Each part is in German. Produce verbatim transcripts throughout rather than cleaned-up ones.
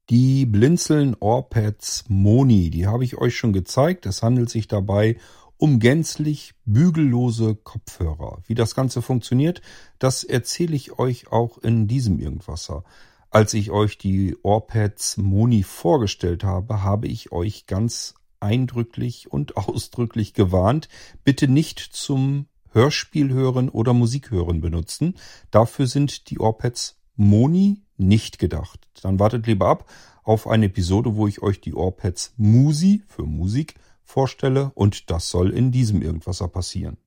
Die Blinzeln Ohrpads Moni, die habe ich euch schon gezeigt. Es handelt sich dabei um gänzlich bügellose Kopfhörer. Wie das Ganze funktioniert, das erzähle ich euch auch in diesem Irgendwasser. Als ich euch die Ohrpads Moni vorgestellt habe, habe ich euch ganz eindrücklich und ausdrücklich gewarnt, bitte nicht zum Hörspiel hören oder Musik hören benutzen. Dafür sind die Ohrpads Moni nicht gedacht. Dann wartet lieber ab auf eine Episode, wo ich euch die Ohrpads Musi für Musik vorstelle, und das soll in diesem Irgendwasser passieren.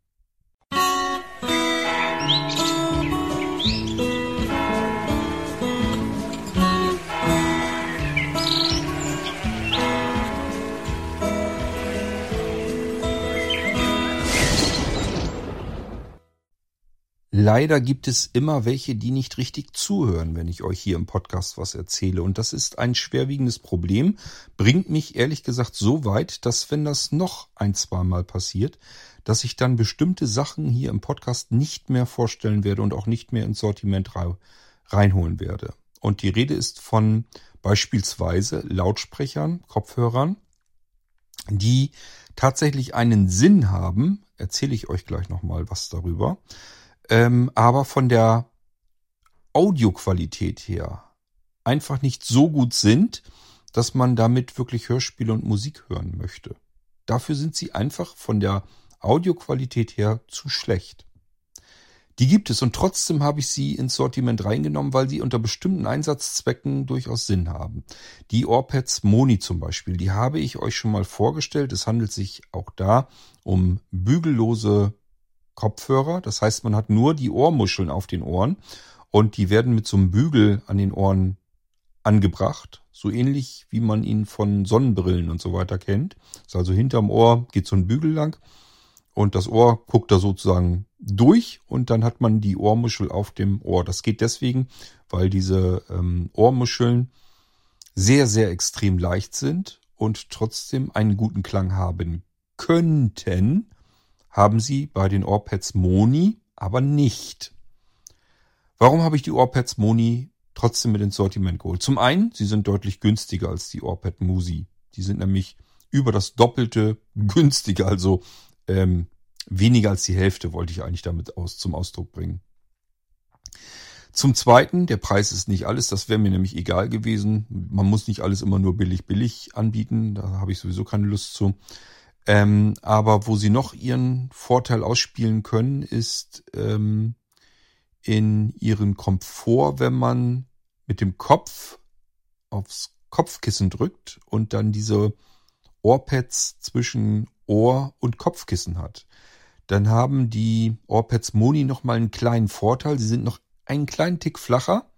Leider gibt es immer welche, die nicht richtig zuhören, wenn ich euch hier im Podcast was erzähle. Und das ist ein schwerwiegendes Problem, bringt mich ehrlich gesagt so weit, dass wenn das noch ein, zwei Mal passiert, dass ich dann bestimmte Sachen hier im Podcast nicht mehr vorstellen werde und auch nicht mehr ins Sortiment reinholen werde. Und die Rede ist von beispielsweise Lautsprechern, Kopfhörern, die tatsächlich einen Sinn haben. Erzähle ich euch gleich nochmal was darüber. Ähm, aber von der Audioqualität her einfach nicht so gut sind, dass man damit wirklich Hörspiele und Musik hören möchte. Dafür sind sie einfach von der Audioqualität her zu schlecht. Die gibt es, und trotzdem habe ich sie ins Sortiment reingenommen, weil sie unter bestimmten Einsatzzwecken durchaus Sinn haben. Die Ohrpads Moni zum Beispiel, die habe ich euch schon mal vorgestellt. Es handelt sich auch da um bügellose Kopfhörer. Das heißt, man hat nur die Ohrmuscheln auf den Ohren und die werden mit so einem Bügel an den Ohren angebracht. So ähnlich wie man ihn von Sonnenbrillen und so weiter kennt. Das ist also hinterm Ohr geht so ein Bügel lang und das Ohr guckt da sozusagen durch und dann hat man die Ohrmuschel auf dem Ohr. Das geht deswegen, weil diese ähm, Ohrmuscheln sehr, sehr extrem leicht sind und trotzdem einen guten Klang haben könnten. Haben sie bei den Ohrpads Moni aber nicht. Warum habe ich die Ohrpads Moni trotzdem mit ins Sortiment geholt? Zum einen, sie sind deutlich günstiger als die Ohrpad Musi. Die sind nämlich über das Doppelte günstiger, also ähm, weniger als die Hälfte wollte ich eigentlich damit aus, zum Ausdruck bringen. Zum Zweiten, der Preis ist nicht alles, das wäre mir nämlich egal gewesen. Man muss nicht alles immer nur billig, billig anbieten, da habe ich sowieso keine Lust zu. Ähm, aber wo sie noch ihren Vorteil ausspielen können, ist ähm, in ihren Komfort, wenn man mit dem Kopf aufs Kopfkissen drückt und dann diese Ohrpads zwischen Ohr und Kopfkissen hat. Dann haben die Ohrpads Moni nochmal einen kleinen Vorteil. Sie sind noch einen kleinen Tick flacher.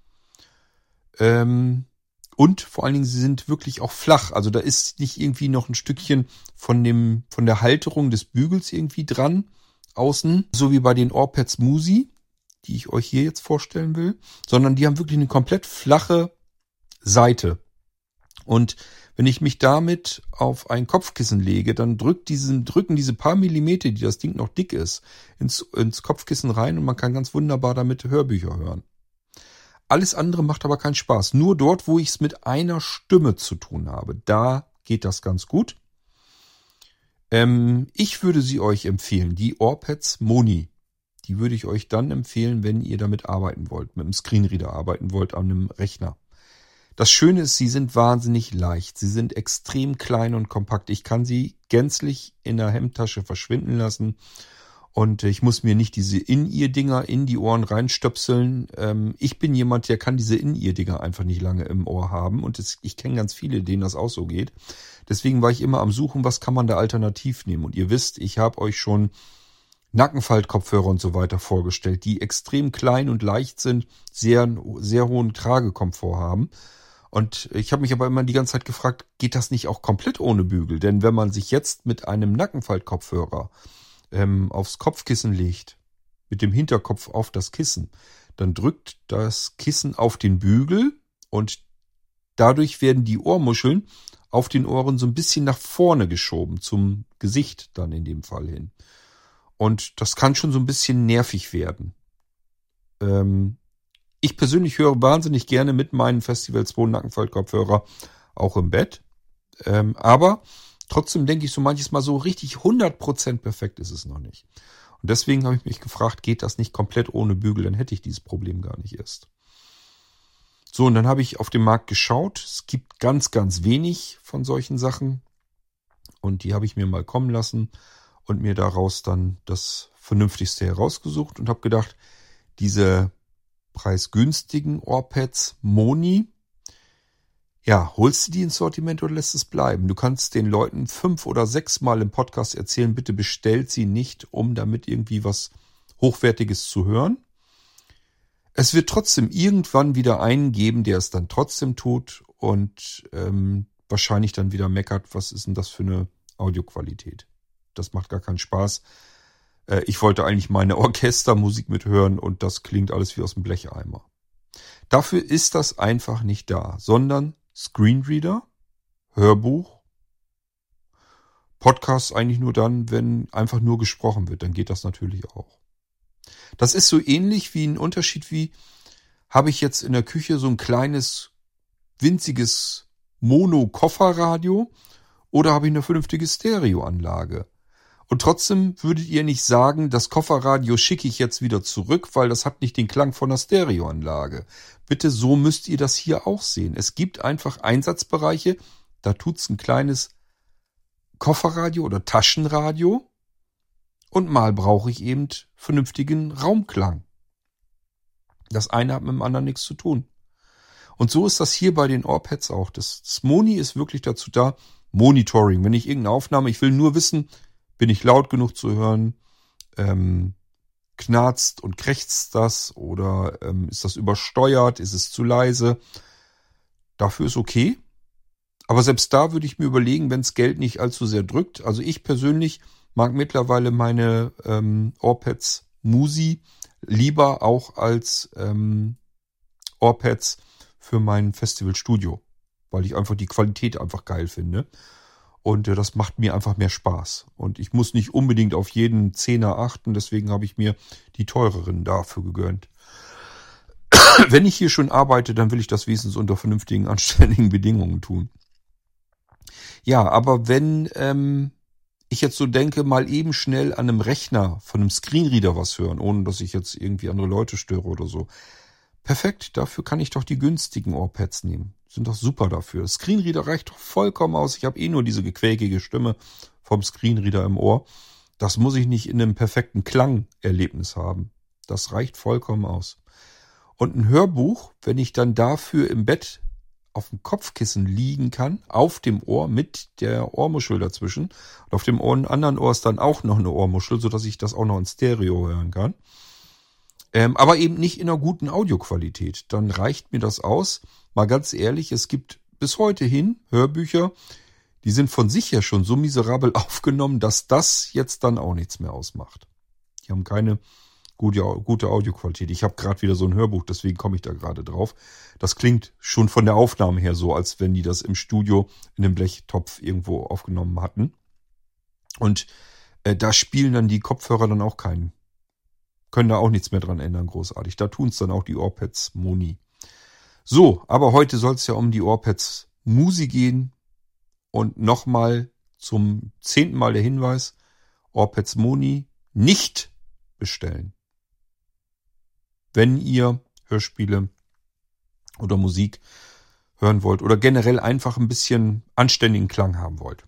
Ähm, Und vor allen Dingen, sie sind wirklich auch flach. Also da ist nicht irgendwie noch ein Stückchen von dem, von der Halterung des Bügels irgendwie dran, außen. So wie bei den Ohrpads Musi, die ich euch hier jetzt vorstellen will. Sondern die haben wirklich eine komplett flache Seite. Und wenn ich mich damit auf ein Kopfkissen lege, dann drückt diesen, drücken diese paar Millimeter, die das Ding noch dick ist, ins, ins Kopfkissen rein und man kann ganz wunderbar damit Hörbücher hören. Alles andere macht aber keinen Spaß. Nur dort, wo ich es mit einer Stimme zu tun habe, da geht das ganz gut. Ähm, ich würde sie euch empfehlen, die Ohrpads Moni. Die würde ich euch dann empfehlen, wenn ihr damit arbeiten wollt, mit einem Screenreader arbeiten wollt an einem Rechner. Das Schöne ist, sie sind wahnsinnig leicht. Sie sind extrem klein und kompakt. Ich kann sie gänzlich in der Hemdtasche verschwinden lassen. Und ich muss mir nicht diese In-Ear-Dinger in die Ohren reinstöpseln. Ähm, ich bin jemand, der kann diese In-Ear-Dinger einfach nicht lange im Ohr haben. Und es, ich kenne ganz viele, denen das auch so geht. Deswegen war ich immer am Suchen, was kann man da alternativ nehmen. Und ihr wisst, ich habe euch schon Nackenfaltkopfhörer und so weiter vorgestellt, die extrem klein und leicht sind, sehr, sehr hohen Tragekomfort haben. Und ich habe mich aber immer die ganze Zeit gefragt, geht das nicht auch komplett ohne Bügel? Denn wenn man sich jetzt mit einem Nackenfaltkopfhörer ähm, aufs Kopfkissen legt, mit dem Hinterkopf auf das Kissen, dann drückt das Kissen auf den Bügel und dadurch werden die Ohrmuscheln auf den Ohren so ein bisschen nach vorne geschoben, zum Gesicht dann in dem Fall hin. Und das kann schon so ein bisschen nervig werden. Ähm, Ich persönlich höre wahnsinnig gerne mit meinen Festival zwei Nackenfeld-Kopfhörer auch im Bett. Ähm, aber trotzdem denke ich so manches Mal so richtig hundert Prozent perfekt ist es noch nicht. Und deswegen habe ich mich gefragt, geht das nicht komplett ohne Bügel? Dann hätte ich dieses Problem gar nicht erst. So, und dann habe ich auf dem Markt geschaut. Es gibt ganz, ganz wenig von solchen Sachen. Und die habe ich mir mal kommen lassen und mir daraus dann das Vernünftigste herausgesucht und habe gedacht, diese preisgünstigen Ohrpads Moni, ja, holst du die ins Sortiment oder lässt es bleiben? Du kannst den Leuten fünf oder sechs Mal im Podcast erzählen, bitte bestellt sie nicht, um damit irgendwie was Hochwertiges zu hören. Es wird trotzdem irgendwann wieder einen geben, der es dann trotzdem tut und ähm, wahrscheinlich dann wieder meckert, was ist denn das für eine Audioqualität? Das macht gar keinen Spaß. Äh, ich wollte eigentlich meine Orchestermusik mithören und das klingt alles wie aus dem Blecheimer. Dafür ist das einfach nicht da, sondern Screenreader, Hörbuch, Podcast eigentlich nur dann, wenn einfach nur gesprochen wird, dann geht das natürlich auch. Das ist so ähnlich wie ein Unterschied wie, habe ich jetzt in der Küche so ein kleines, winziges Mono-Kofferradio oder habe ich eine vernünftige Stereoanlage? Und trotzdem würdet ihr nicht sagen, das Kofferradio schicke ich jetzt wieder zurück, weil das hat nicht den Klang von einer Stereoanlage. Bitte, so müsst ihr das hier auch sehen. Es gibt einfach Einsatzbereiche, da tut's ein kleines Kofferradio oder Taschenradio und mal brauche ich eben vernünftigen Raumklang. Das eine hat mit dem anderen nichts zu tun. Und so ist das hier bei den Ohrpads auch. Das, das Moni ist wirklich dazu da, Monitoring. Wenn ich irgendeine Aufnahme, ich will nur wissen, bin ich laut genug zu hören, ähm, knarzt und krächzt das oder ähm, ist das übersteuert, ist es zu leise. Dafür ist okay. Aber selbst da würde ich mir überlegen, wenn das Geld nicht allzu sehr drückt. Also ich persönlich mag mittlerweile meine ähm, Ohrpads Musi lieber auch als ähm, Ohrpads für mein Festivalstudio, weil ich einfach die Qualität einfach geil finde. Und äh, das macht mir einfach mehr Spaß. Und ich muss nicht unbedingt auf jeden Zehner achten, deswegen habe ich mir die teureren dafür gegönnt. Wenn ich hier schon arbeite, dann will ich das wenigstens unter vernünftigen, anständigen Bedingungen tun. Ja, aber wenn ähm, ich jetzt so denke, mal eben schnell an einem Rechner von einem Screenreader was hören, ohne dass ich jetzt irgendwie andere Leute störe oder so. Perfekt, dafür kann ich doch die günstigen Ohrpads nehmen. Sind doch super dafür. Screenreader reicht doch vollkommen aus. Ich habe eh nur diese gequäkige Stimme vom Screenreader im Ohr. Das muss ich nicht in einem perfekten Klangerlebnis haben. Das reicht vollkommen aus. Und ein Hörbuch, wenn ich dann dafür im Bett auf dem Kopfkissen liegen kann, auf dem Ohr mit der Ohrmuschel dazwischen. Und auf dem Ohr, anderen Ohr ist dann auch noch eine Ohrmuschel, sodass ich das auch noch in Stereo hören kann. Ähm, aber eben nicht in einer guten Audioqualität. Dann reicht mir das aus. Mal ganz ehrlich, es gibt bis heute hin Hörbücher, die sind von sich ja schon so miserabel aufgenommen, dass das jetzt dann auch nichts mehr ausmacht. Die haben keine gute, gute Audioqualität. Ich habe gerade wieder so ein Hörbuch, deswegen komme ich da gerade drauf. Das klingt schon von der Aufnahme her so, als wenn die das im Studio in einem Blechtopf irgendwo aufgenommen hatten. Und äh, da spielen dann die Kopfhörer dann auch keinen. Können da auch nichts mehr dran ändern, großartig. Da tun es dann auch die Ohrpads Moni. So, aber heute soll es ja um die Ohrpads Musi gehen. Und nochmal zum zehnten Mal der Hinweis, Ohrpads Moni nicht bestellen. Wenn ihr Hörspiele oder Musik hören wollt oder generell einfach ein bisschen anständigen Klang haben wollt.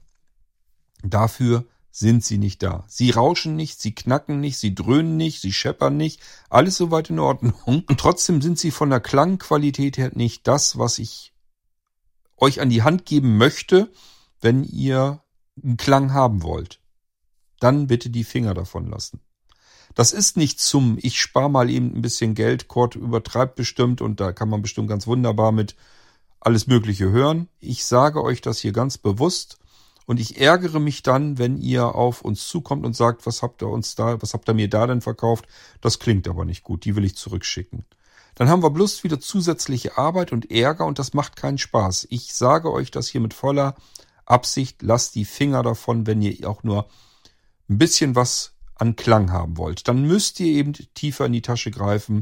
Dafür sind sie nicht da. Sie rauschen nicht, sie knacken nicht, sie dröhnen nicht, sie scheppern nicht. Alles soweit in Ordnung. Und trotzdem sind sie von der Klangqualität her nicht das, was ich euch an die Hand geben möchte, wenn ihr einen Klang haben wollt. Dann bitte die Finger davon lassen. Das ist nicht zum, ich spare mal eben ein bisschen Geld, Kurt übertreibt bestimmt und da kann man bestimmt ganz wunderbar mit alles Mögliche hören. Ich sage euch das hier ganz bewusst. Und ich ärgere mich dann, wenn ihr auf uns zukommt und sagt, was habt ihr uns da, was habt ihr mir da denn verkauft? Das klingt aber nicht gut, die will ich zurückschicken. Dann haben wir bloß wieder zusätzliche Arbeit und Ärger und das macht keinen Spaß. Ich sage euch das hier mit voller Absicht, lasst die Finger davon, wenn ihr auch nur ein bisschen was an Klang haben wollt. Dann müsst ihr eben tiefer in die Tasche greifen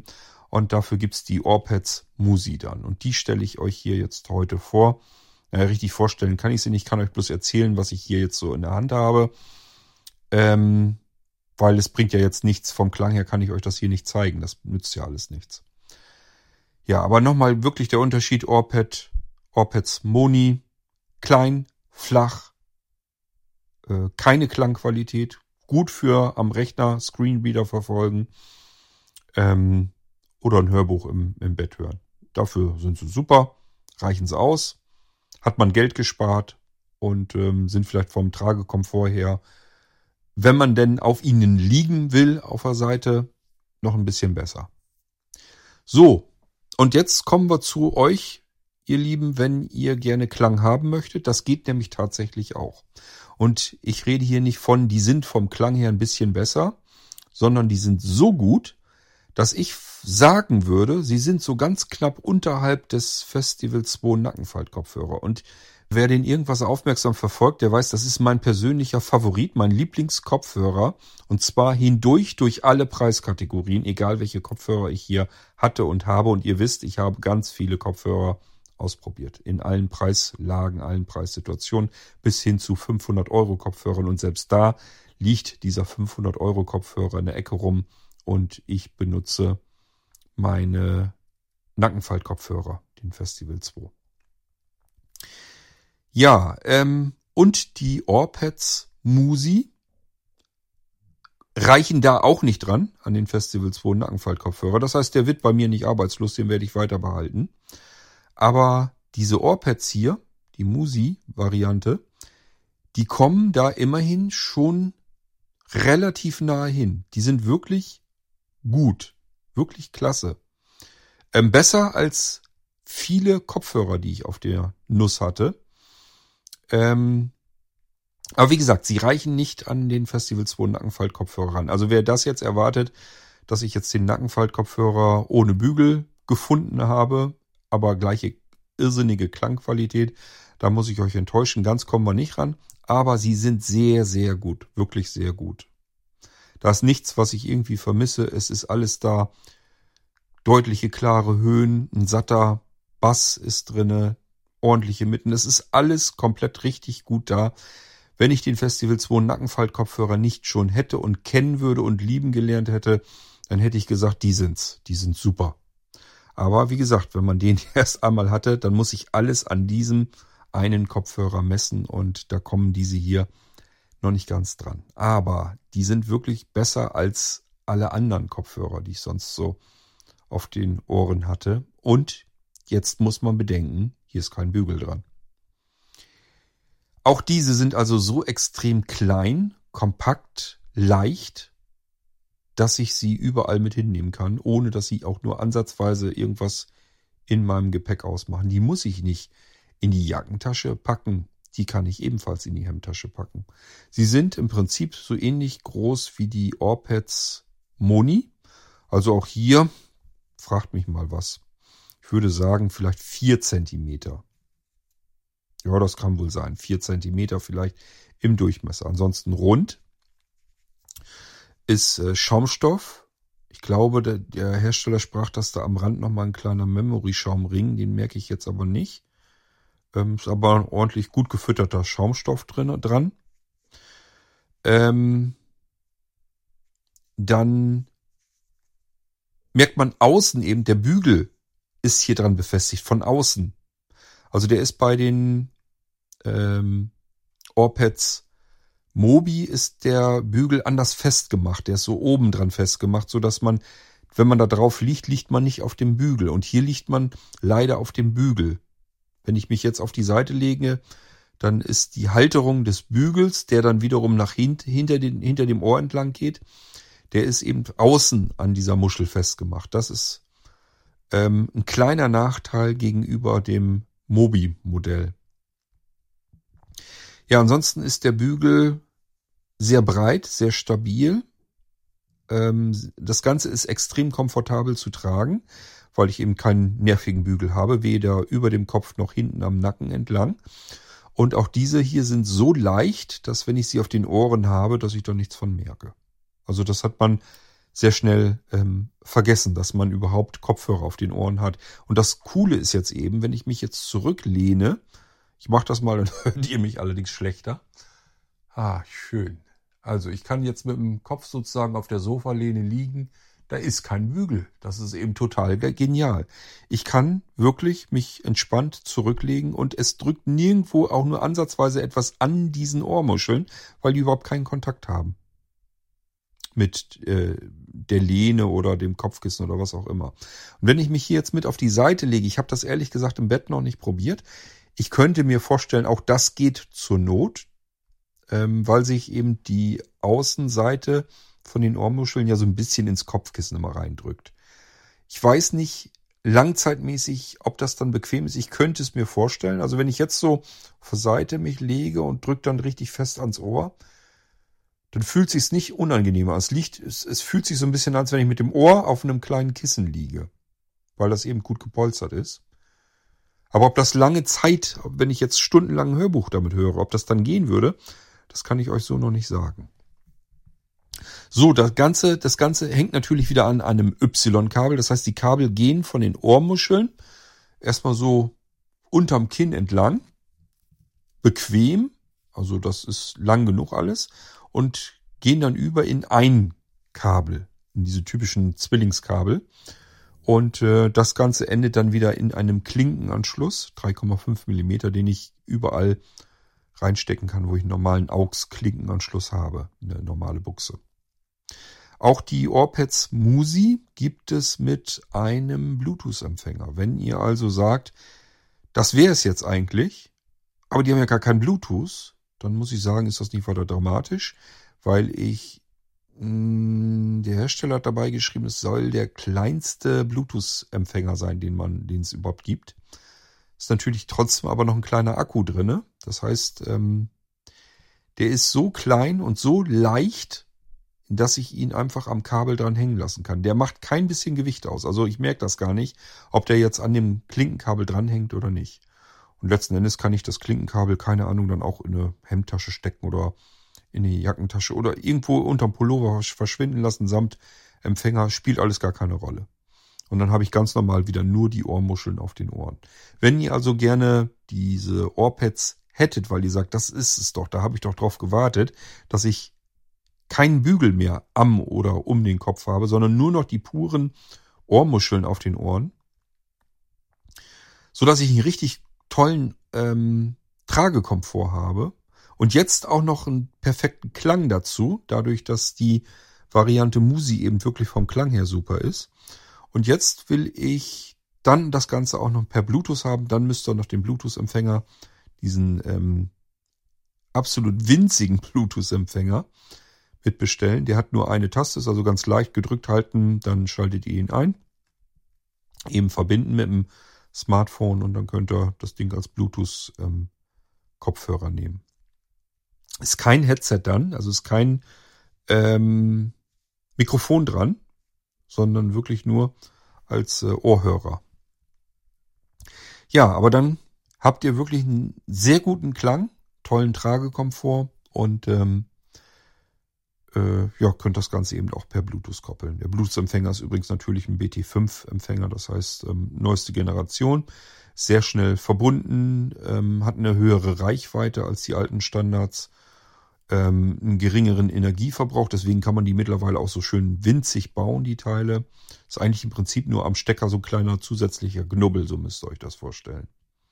Und dafür gibt's die Ohrpads Musi dann. Und die stelle ich euch hier jetzt heute vor. Naja, richtig vorstellen kann ich sie nicht. Ich kann euch bloß erzählen, was ich hier jetzt so in der Hand habe. Ähm, weil es bringt ja jetzt nichts. Vom Klang her kann ich euch das hier nicht zeigen. Das nützt ja alles nichts. Ja, aber nochmal wirklich der Unterschied. Ohrpad, Ohrpads Moni. Klein, flach, äh, keine Klangqualität. Gut für am Rechner Screenreader verfolgen. Ähm, oder ein Hörbuch im, im Bett hören. Dafür sind sie super. Reichen sie aus. Hat man Geld gespart. Und ähm, sind vielleicht vom Tragekomfort her, wenn man denn auf ihnen liegen will, auf der Seite, noch ein bisschen besser. So, und jetzt kommen wir zu euch, ihr Lieben, wenn ihr gerne Klang haben möchtet. Das geht nämlich tatsächlich auch. Und ich rede hier nicht von, die sind vom Klang her ein bisschen besser, sondern die sind so gut, dass ich sagen würde, sie sind so ganz knapp unterhalb des Festival zwei Nackenfaltkopfhörer. Und wer den irgendwas aufmerksam verfolgt, der weiß, das ist mein persönlicher Favorit, mein Lieblingskopfhörer. Und zwar hindurch durch alle Preiskategorien, egal welche Kopfhörer ich hier hatte und habe. Und ihr wisst, ich habe ganz viele Kopfhörer ausprobiert. In allen Preislagen, allen Preissituationen, bis hin zu fünfhundert Euro Kopfhörern. Und selbst da liegt dieser fünfhundert Euro Kopfhörer in der Ecke rum. Und ich benutze meine Nackenfaltkopfhörer, den Festival zwei. Ja, ähm, und die Ohrpads Musi reichen da auch nicht dran an den Festival zwei Nackenfaltkopfhörer. Das heißt, der wird bei mir nicht arbeitslos, den werde ich weiter behalten. Aber diese Ohrpads hier, die Musi-Variante, die kommen da immerhin schon relativ nahe hin. Die sind wirklich gut, wirklich klasse. Ähm, besser als viele Kopfhörer, die ich auf der Nuss hatte. Ähm, aber wie gesagt, sie reichen nicht an den Festival zwei Nackenfaltkopfhörer ran. Also wer das jetzt erwartet, dass ich jetzt den Nackenfaltkopfhörer ohne Bügel gefunden habe, aber gleiche irrsinnige Klangqualität, da muss ich euch enttäuschen. Ganz kommen wir nicht ran, aber sie sind sehr, sehr gut, wirklich sehr gut. Da ist nichts, was ich irgendwie vermisse. Es ist alles da. Deutliche, klare Höhen, ein satter Bass ist drinne, ordentliche Mitten. Es ist alles komplett richtig gut da. Wenn ich den Festival zwei Nackenfaltkopfhörer nicht schon hätte und kennen würde und lieben gelernt hätte, dann hätte ich gesagt, die sind's. Die sind super. Aber wie gesagt, wenn man den erst einmal hatte, dann muss ich alles an diesem einen Kopfhörer messen und da kommen diese hier noch nicht ganz dran. Aber die sind wirklich besser als alle anderen Kopfhörer, die ich sonst so auf den Ohren hatte. Und jetzt muss man bedenken, hier ist kein Bügel dran. Auch diese sind also so extrem klein, kompakt, leicht, dass ich sie überall mit hinnehmen kann, ohne dass sie auch nur ansatzweise irgendwas in meinem Gepäck ausmachen. Die muss ich nicht in die Jackentasche packen. Die kann ich ebenfalls in die Hemdtasche packen. Sie sind im Prinzip so ähnlich groß wie die Ohrpads Moni. Also auch hier, fragt mich mal was. Ich würde sagen, vielleicht vier Zentimeter. Ja, das kann wohl sein. Vier Zentimeter vielleicht im Durchmesser. Ansonsten rund. Ist äh, Schaumstoff. Ich glaube, der, der Hersteller sprach, dass da am Rand nochmal ein kleiner Memory-Schaumring. Den merke ich jetzt aber nicht. Ähm, ist aber ein ordentlich gut gefütterter Schaumstoff drin, dran. Ähm, dann merkt man außen eben, der Bügel ist hier dran befestigt, von außen. Also der ist bei den ähm, Ohrpads Mobi ist der Bügel anders festgemacht. Der ist so oben dran festgemacht, so dass man, wenn man da drauf liegt, liegt man nicht auf dem Bügel. Und hier liegt man leider auf dem Bügel. Wenn ich mich jetzt auf die Seite lege, dann ist die Halterung des Bügels, der dann wiederum nach hint, hinter, den, hinter dem Ohr entlang geht, der ist eben außen an dieser Muschel festgemacht. Das ist ähm, ein kleiner Nachteil gegenüber dem Mobi-Modell. Ja, ansonsten ist der Bügel sehr breit, sehr stabil. Ähm, das Ganze ist extrem komfortabel zu tragen, weil ich eben keinen nervigen Bügel habe, weder über dem Kopf noch hinten am Nacken entlang. Und auch diese hier sind so leicht, dass wenn ich sie auf den Ohren habe, dass ich da nichts von merke. Also das hat man sehr schnell ähm, vergessen, dass man überhaupt Kopfhörer auf den Ohren hat. Und das Coole ist jetzt eben, wenn ich mich jetzt zurücklehne, ich mache das mal, dann hört ihr mich allerdings schlechter. Ah, schön. Also ich kann jetzt mit dem Kopf sozusagen auf der Sofalehne liegen. Da ist kein Bügel. Das ist eben total genial. Ich kann wirklich mich entspannt zurücklegen und es drückt nirgendwo auch nur ansatzweise etwas an diesen Ohrmuscheln, weil die überhaupt keinen Kontakt haben mit äh, der Lehne oder dem Kopfkissen oder was auch immer. Und wenn ich mich hier jetzt mit auf die Seite lege, ich habe das ehrlich gesagt im Bett noch nicht probiert, ich könnte mir vorstellen, auch das geht zur Not, ähm, weil sich eben die Außenseite von den Ohrmuscheln ja so ein bisschen ins Kopfkissen immer reindrückt. Ich weiß nicht langzeitmäßig, ob das dann bequem ist. Ich könnte es mir vorstellen. Also wenn ich jetzt so auf der Seite mich lege und drücke dann richtig fest ans Ohr, dann fühlt es sich nicht unangenehmer. Es liegt, es, es fühlt sich so ein bisschen an, als wenn ich mit dem Ohr auf einem kleinen Kissen liege, weil das eben gut gepolstert ist. Aber ob das lange Zeit, wenn ich jetzt stundenlang ein Hörbuch damit höre, ob das dann gehen würde, das kann ich euch so noch nicht sagen. So, das Ganze, das Ganze hängt natürlich wieder an einem Y-Kabel. Das heißt, die Kabel gehen von den Ohrmuscheln erstmal so unterm Kinn entlang. Bequem, also das ist lang genug alles. Und gehen dann über in ein Kabel, in diese typischen Zwillingskabel. Und äh, das Ganze endet dann wieder in einem Klinkenanschluss, drei Komma fünf Millimeter, den ich überall reinstecken kann, wo ich einen normalen A U X-Klinkenanschluss habe, eine normale Buchse. Auch die Ohrpads Musi gibt es mit einem Bluetooth-Empfänger. Wenn ihr also sagt, das wäre es jetzt eigentlich, aber die haben ja gar kein Bluetooth, dann muss ich sagen, ist das nicht weiter dramatisch, weil ich, mh, der Hersteller hat dabei geschrieben, es soll der kleinste Bluetooth-Empfänger sein, den man, den es überhaupt gibt. Ist natürlich trotzdem aber noch ein kleiner Akku drinne. Das heißt, ähm, der ist so klein und so leicht, dass ich ihn einfach am Kabel dran hängen lassen kann. Der macht kein bisschen Gewicht aus. Also ich merke das gar nicht, ob der jetzt an dem Klinkenkabel dranhängt oder nicht. Und letzten Endes kann ich das Klinkenkabel, keine Ahnung, dann auch in eine Hemdtasche stecken oder in eine Jackentasche oder irgendwo unterm Pullover verschwinden lassen samt Empfänger. Spielt alles gar keine Rolle. Und dann habe ich ganz normal wieder nur die Ohrmuscheln auf den Ohren. Wenn ihr also gerne diese Ohrpads hättet, weil ihr sagt, das ist es doch, da habe ich doch drauf gewartet, dass ich keinen Bügel mehr am oder um den Kopf habe, sondern nur noch die puren Ohrmuscheln auf den Ohren, so dass ich einen richtig tollen ähm, Tragekomfort habe und jetzt auch noch einen perfekten Klang dazu, dadurch, dass die Variante Musi eben wirklich vom Klang her super ist. Und jetzt will ich dann das Ganze auch noch per Bluetooth haben, dann müsst ihr noch den Bluetooth-Empfänger, diesen ähm, absolut winzigen Bluetooth-Empfänger mitbestellen. Der hat nur eine Taste, ist also ganz leicht gedrückt halten, dann schaltet ihr ihn ein, eben verbinden mit dem Smartphone und dann könnt ihr das Ding als Bluetooth-Kopfhörer ähm, nehmen. Ist kein Headset dann, also ist kein ähm, Mikrofon dran, sondern wirklich nur als äh, Ohrhörer. Ja, aber dann habt ihr wirklich einen sehr guten Klang, tollen Tragekomfort und ähm, äh, ja, könnt das Ganze eben auch per Bluetooth koppeln. Der Bluetooth-Empfänger ist übrigens natürlich ein B T fünf Empfänger, das heißt ähm, neueste Generation, sehr schnell verbunden, ähm, hat eine höhere Reichweite als die alten Standards, ähm, einen geringeren Energieverbrauch, deswegen kann man die mittlerweile auch so schön winzig bauen, die Teile. Ist eigentlich im Prinzip nur am Stecker so ein kleiner zusätzlicher Knubbel, so müsst ihr euch das vorstellen.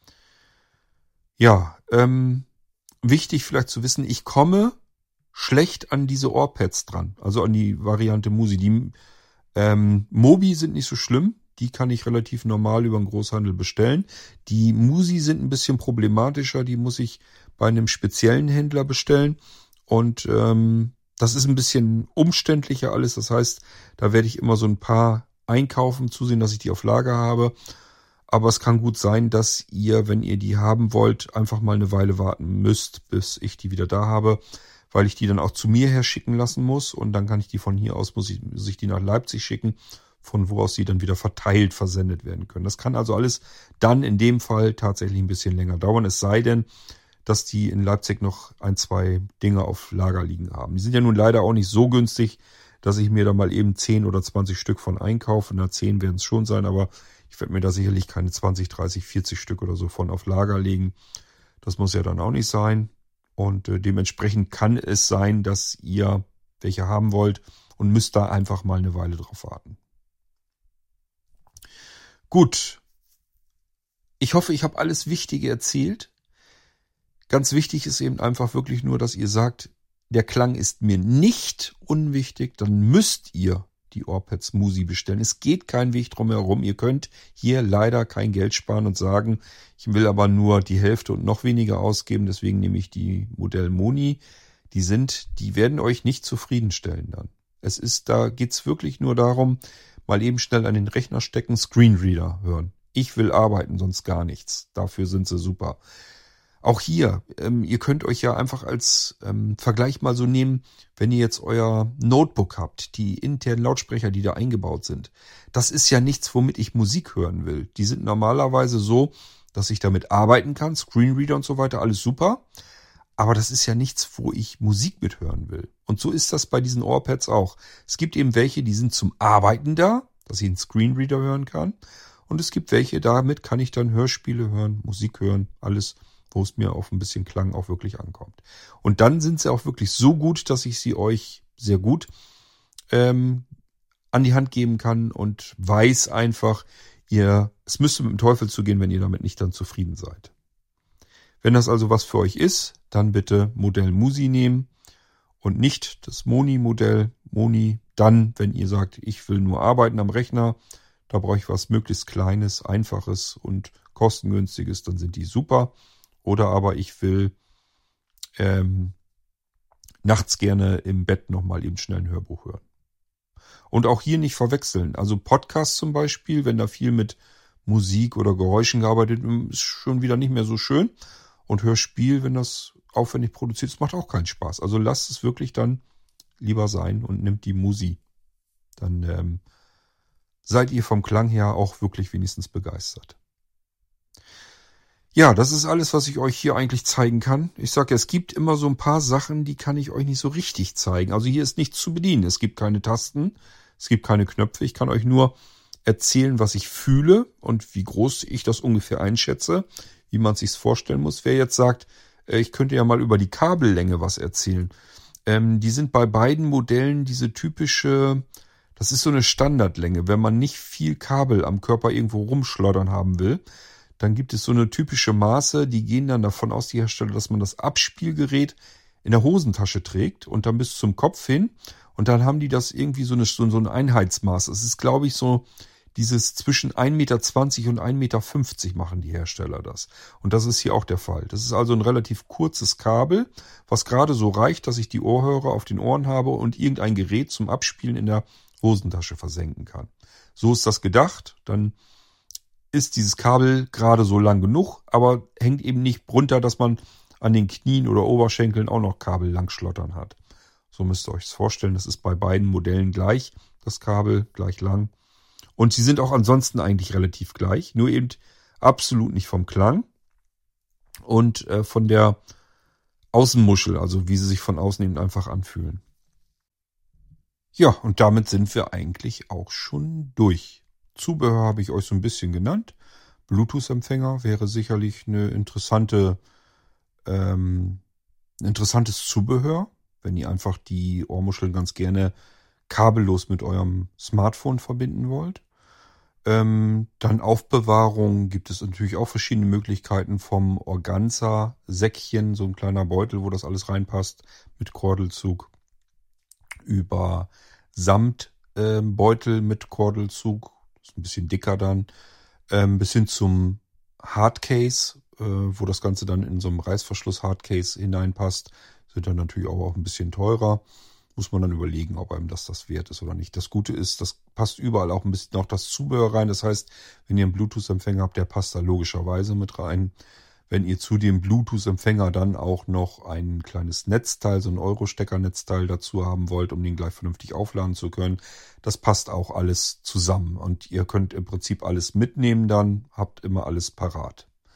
Ja, ähm, wichtig vielleicht zu wissen, ich komme schlecht an diese Ohrpads dran, also an die Variante Musi. Die ähm, Mobi sind nicht so schlimm, die kann ich relativ normal über den Großhandel bestellen. Die Musi sind ein bisschen problematischer, die muss ich bei einem speziellen Händler bestellen und ähm, das ist ein bisschen umständlicher alles, das heißt, da werde ich immer so ein paar einkaufen, zusehen, dass ich die auf Lager habe. Aber es kann gut sein, dass ihr, wenn ihr die haben wollt, einfach mal eine Weile warten müsst, bis ich die wieder da habe, weil ich die dann auch zu mir her schicken lassen muss und dann kann ich die von hier aus, muss ich, muss ich die nach Leipzig schicken, von wo aus sie dann wieder verteilt versendet werden können. Das kann also alles dann in dem Fall tatsächlich ein bisschen länger dauern, es sei denn, dass die in Leipzig noch ein, zwei Dinge auf Lager liegen haben. Die sind ja nun leider auch nicht so günstig, dass ich mir da mal eben zehn oder zwanzig Stück von einkaufe. Na, zehn werden es schon sein, aber ich werde mir da sicherlich keine zwanzig, dreißig, vierzig Stück oder so von auf Lager legen. Das muss ja dann auch nicht sein. Und äh, dementsprechend kann es sein, dass ihr welche haben wollt und müsst da einfach mal eine Weile drauf warten. Gut. Ich hoffe, ich habe alles Wichtige erzählt. Ganz wichtig ist eben einfach wirklich nur, dass ihr sagt, der Klang ist mir nicht unwichtig, dann müsst ihr die Ohrpads Musi bestellen. Es geht kein Weg drum herum. Ihr könnt hier leider kein Geld sparen und sagen, ich will aber nur die Hälfte und noch weniger ausgeben, deswegen nehme ich die Modell Moni. Die sind, die werden euch nicht zufriedenstellen dann. Es ist, da geht's wirklich nur darum, mal eben schnell an den Rechner stecken, Screenreader hören. Ich will arbeiten, sonst gar nichts. Dafür sind sie super. Auch hier, ähm, ihr könnt euch ja einfach als ähm, Vergleich mal so nehmen, wenn ihr jetzt euer Notebook habt, die internen Lautsprecher, die da eingebaut sind. Das ist ja nichts, womit ich Musik hören will. Die sind normalerweise so, dass ich damit arbeiten kann, Screenreader und so weiter, alles super. Aber das ist ja nichts, wo ich Musik mithören will. Und so ist das bei diesen Ohrpads auch. Es gibt eben welche, die sind zum Arbeiten da, dass ich einen Screenreader hören kann. Und es gibt welche, damit kann ich dann Hörspiele hören, Musik hören, alles, wo es mir auf ein bisschen Klang auch wirklich ankommt. Und dann sind sie auch wirklich so gut, dass ich sie euch sehr gut ähm, an die Hand geben kann und weiß einfach, ihr, es müsste mit dem Teufel zugehen, wenn ihr damit nicht dann zufrieden seid. Wenn das also was für euch ist, dann bitte Modell Musi nehmen und nicht das Moni-Modell. Moni dann, wenn ihr sagt, ich will nur arbeiten am Rechner, da brauche ich was möglichst Kleines, Einfaches und Kostengünstiges, dann sind die super. Oder aber ich will ähm, nachts gerne im Bett nochmal eben schnell ein Hörbuch hören. Und auch hier nicht verwechseln. Also Podcast zum Beispiel, wenn da viel mit Musik oder Geräuschen gearbeitet wird, ist schon wieder nicht mehr so schön. Und Hörspiel, wenn das aufwendig produziert ist, macht auch keinen Spaß. Also lasst es wirklich dann lieber sein und nimmt die Musi. Dann ähm, seid ihr vom Klang her auch wirklich wenigstens begeistert. Ja, das ist alles, was ich euch hier eigentlich zeigen kann. Ich sage, es gibt immer so ein paar Sachen, die kann ich euch nicht so richtig zeigen. Also hier ist nichts zu bedienen. Es gibt keine Tasten, es gibt keine Knöpfe. Ich kann euch nur erzählen, was ich fühle und wie groß ich das ungefähr einschätze, wie man sich's vorstellen muss. Wer jetzt sagt, ich könnte ja mal über die Kabellänge was erzählen. Ähm, die sind bei beiden Modellen diese typische, das ist so eine Standardlänge. Wenn man nicht viel Kabel am Körper irgendwo rumschloddern haben will, dann gibt es so eine typische Maße, die gehen dann davon aus, die Hersteller, dass man das Abspielgerät in der Hosentasche trägt und dann bis zum Kopf hin. Und dann haben die das irgendwie so, eine, so ein Einheitsmaß. Es ist, glaube ich, so dieses zwischen ein Meter zwanzig und ein Meter fünfzig machen die Hersteller das. Und das ist hier auch der Fall. Das ist also ein relativ kurzes Kabel, was gerade so reicht, dass ich die Ohrhörer auf den Ohren habe und irgendein Gerät zum Abspielen in der Hosentasche versenken kann. So ist das gedacht. Dann ist dieses Kabel gerade so lang genug, aber hängt eben nicht runter, dass man an den Knien oder Oberschenkeln auch noch Kabel lang schlottern hat. So müsst ihr euch das vorstellen. Das ist bei beiden Modellen gleich, das Kabel gleich lang. Und sie sind auch ansonsten eigentlich relativ gleich, nur eben absolut nicht vom Klang und äh, von der Außenmuschel, also wie sie sich von außen eben einfach anfühlen. Ja, und damit sind wir eigentlich auch schon durch. Zubehör habe ich euch so ein bisschen genannt. Bluetooth-Empfänger wäre sicherlich eine interessante, ähm, ein interessantes Zubehör, wenn ihr einfach die Ohrmuscheln ganz gerne kabellos mit eurem Smartphone verbinden wollt. Ähm, dann Aufbewahrung gibt es natürlich auch verschiedene Möglichkeiten, vom Organza-Säckchen, so ein kleiner Beutel, wo das alles reinpasst, mit Kordelzug, über Samtbeutel äh, mit Kordelzug, ein bisschen dicker dann, ähm, bis hin zum Hardcase, äh, wo das Ganze dann in so einem Reißverschluss-Hardcase hineinpasst, sind dann natürlich auch, auch ein bisschen teurer. Muss man dann überlegen, ob einem das das wert ist oder nicht. Das Gute ist, das passt überall auch ein bisschen noch das Zubehör rein. Das heißt, wenn ihr einen Bluetooth-Empfänger habt, der passt da logischerweise mit rein. Wenn ihr zu dem Bluetooth-Empfänger dann auch noch ein kleines Netzteil, so ein Euro-Stecker-Netzteil dazu haben wollt, um den gleich vernünftig aufladen zu können, das passt auch alles zusammen. Und ihr könnt im Prinzip alles mitnehmen dann, habt immer alles parat.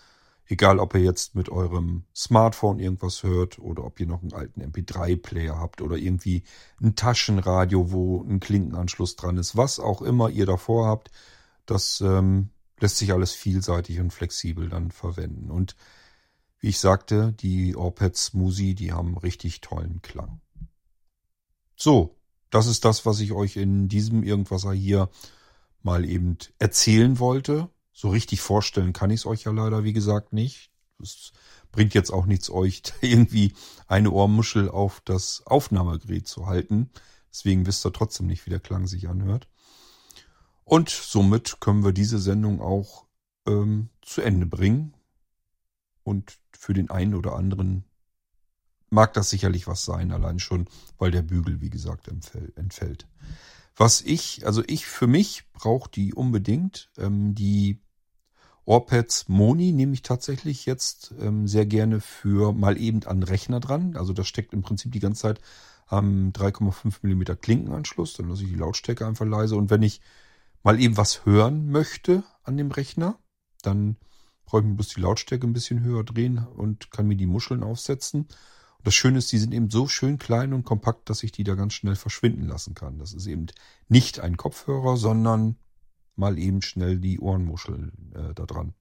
Egal, ob ihr jetzt mit eurem Smartphone irgendwas hört oder ob ihr noch einen alten M P drei Player habt oder irgendwie ein Taschenradio, wo ein Klinkenanschluss dran ist. Was auch immer ihr davor habt, das ähm, lässt sich alles vielseitig und flexibel dann verwenden. Und wie ich sagte, die Orpads Musi, die haben richtig tollen Klang. So, das ist das, was ich euch in diesem Irgendwasser hier mal eben erzählen wollte. So richtig vorstellen kann ich es euch ja leider, wie gesagt, nicht. Es bringt jetzt auch nichts, euch irgendwie eine Ohrmuschel auf das Aufnahmegerät zu halten. Deswegen wisst ihr trotzdem nicht, wie der Klang sich anhört. Und somit können wir diese Sendung auch ähm, zu Ende bringen. Und für den einen oder anderen mag das sicherlich was sein, allein schon, weil der Bügel, wie gesagt, entfällt. Was ich, also ich für mich brauche die unbedingt. Ähm, die Orpads Moni nehme ich tatsächlich jetzt ähm, sehr gerne für mal eben an den Rechner dran. Also das steckt im Prinzip die ganze Zeit am drei Komma fünf Millimeter Klinkenanschluss. Dann lasse ich die Lautstärke einfach leise. Und wenn ich mal eben was hören möchte an dem Rechner, dann brauche ich mir bloß die Lautstärke ein bisschen höher drehen und kann mir die Muscheln aufsetzen. Das Schöne ist, die sind eben so schön klein und kompakt, dass ich die da ganz schnell verschwinden lassen kann. Das ist eben nicht ein Kopfhörer, sondern mal eben schnell die Ohrenmuschel äh, da dran.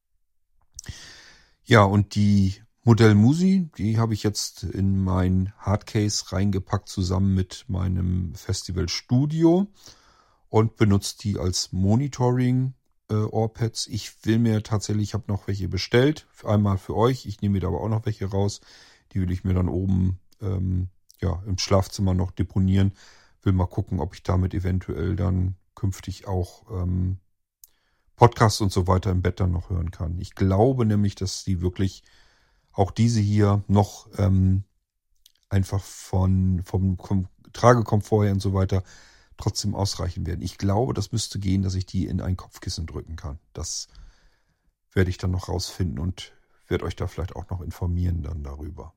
Ja, und die Modell Musi, die habe ich jetzt in mein Hardcase reingepackt zusammen mit meinem Festival Studio und benutze die als Monitoring äh, Ohrpads. Ich will mir tatsächlich, ich habe noch welche bestellt, einmal für euch. Ich nehme mir da aber auch noch welche raus. Die will ich mir dann oben ähm, ja im Schlafzimmer noch deponieren. Will mal gucken, ob ich damit eventuell dann künftig auch ähm, Podcasts und so weiter im Bett dann noch hören kann. Ich glaube nämlich, dass die wirklich auch diese hier noch ähm, einfach von vom, vom Tragekomfort her und so weiter trotzdem ausreichen werden. Ich glaube, das müsste gehen, dass ich die in ein Kopfkissen drücken kann. Das werde ich dann noch rausfinden und werde euch da vielleicht auch noch informieren dann darüber.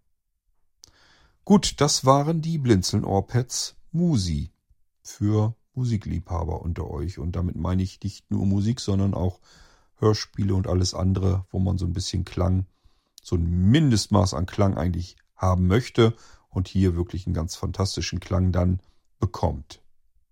Gut, das waren die Blinzeln Ohrpads Musi für Musikliebhaber unter euch. Und damit meine ich nicht nur Musik, sondern auch Hörspiele und alles andere, wo man so ein bisschen Klang, so ein Mindestmaß an Klang eigentlich haben möchte und hier wirklich einen ganz fantastischen Klang dann bekommt.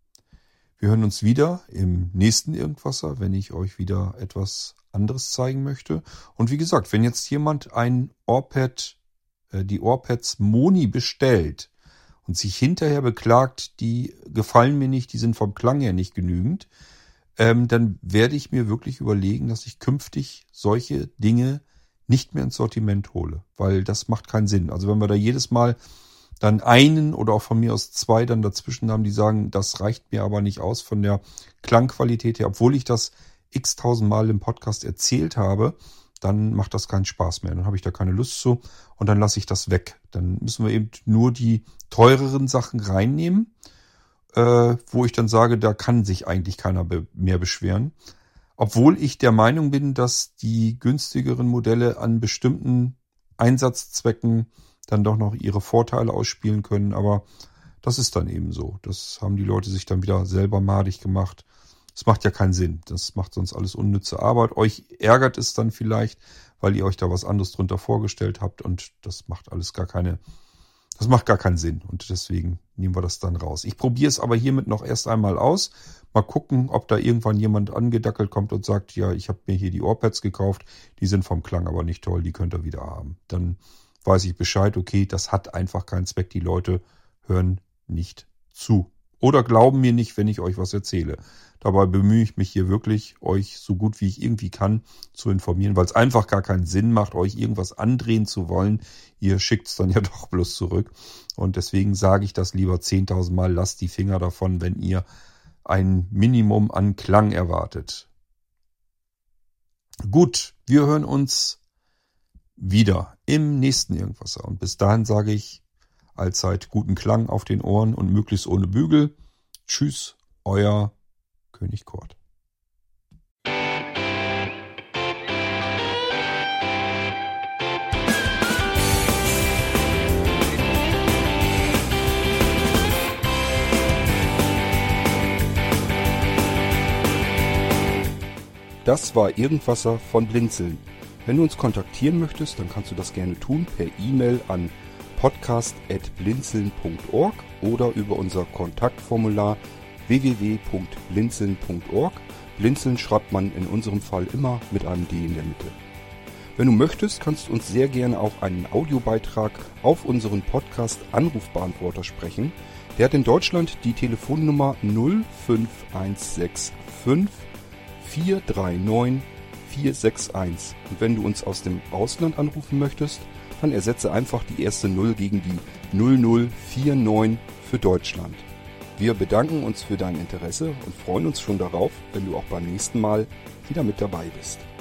Wir hören uns wieder im nächsten Irgendwasser, wenn ich euch wieder etwas anderes zeigen möchte. Und wie gesagt, wenn jetzt jemand ein Orpad, äh, die Orpads Moni bestellt und sich hinterher beklagt, die gefallen mir nicht, die sind vom Klang her nicht genügend, ähm, dann werde ich mir wirklich überlegen, dass ich künftig solche Dinge nicht mehr ins Sortiment hole, weil das macht keinen Sinn. Also wenn wir da jedes Mal dann einen oder auch von mir aus zwei dann dazwischen haben, die sagen, das reicht mir aber nicht aus von der Klangqualität her, obwohl ich das x-tausend Mal im Podcast erzählt habe, dann macht das keinen Spaß mehr. Dann habe ich da keine Lust zu und dann lasse ich das weg. Dann müssen wir eben nur die teureren Sachen reinnehmen, äh, wo ich dann sage, da kann sich eigentlich keiner be- mehr beschweren. Obwohl ich der Meinung bin, dass die günstigeren Modelle an bestimmten Einsatzzwecken dann doch noch ihre Vorteile ausspielen können. Aber das ist dann eben so. Das haben die Leute sich dann wieder selber madig gemacht. Das macht ja keinen Sinn. Das macht sonst alles unnütze Arbeit. Euch ärgert es dann vielleicht, weil ihr euch da was anderes drunter vorgestellt habt. Und das macht alles gar keine, das macht gar keinen Sinn. Und deswegen nehmen wir das dann raus. Ich probiere es aber hiermit noch erst einmal aus. Mal gucken, ob da irgendwann jemand angedackelt kommt und sagt, ja, ich habe mir hier die Ohrpads gekauft. Die sind vom Klang aber nicht toll. Die könnt ihr wieder haben. Dann weiß ich Bescheid, okay, das hat einfach keinen Zweck. Die Leute hören nicht zu. Oder glauben mir nicht, wenn ich euch was erzähle. Dabei bemühe ich mich hier wirklich, euch so gut wie ich irgendwie kann zu informieren, weil es einfach gar keinen Sinn macht, euch irgendwas andrehen zu wollen. Ihr schickt es dann ja doch bloß zurück. Und deswegen sage ich das lieber zehntausend Mal, lasst die Finger davon, wenn ihr ein Minimum an Klang erwartet. Gut, wir hören uns wieder im nächsten Irgendwasser. Und bis dahin sage ich allzeit guten Klang auf den Ohren und möglichst ohne Bügel. Tschüss, euer König Kurt. Das war Irgendwasser von Blinzeln. Wenn du uns kontaktieren möchtest, dann kannst du das gerne tun per E-Mail an podcast at blinzeln punkt org oder über unser Kontaktformular w w w punkt blinzeln punkt org. Blinzeln schreibt man in unserem Fall immer mit einem D in der Mitte. Wenn du möchtest, kannst du uns sehr gerne auch einen Audiobeitrag auf unseren Podcast Anrufbeantworter sprechen. Der hat in Deutschland die Telefonnummer null fünf eins sechs fünf vier drei neun vier sechs eins. Und wenn du uns aus dem Ausland anrufen möchtest, dann ersetze einfach die erste null gegen die null null vier neun für Deutschland. Wir bedanken uns für dein Interesse und freuen uns schon darauf, wenn du auch beim nächsten Mal wieder mit dabei bist.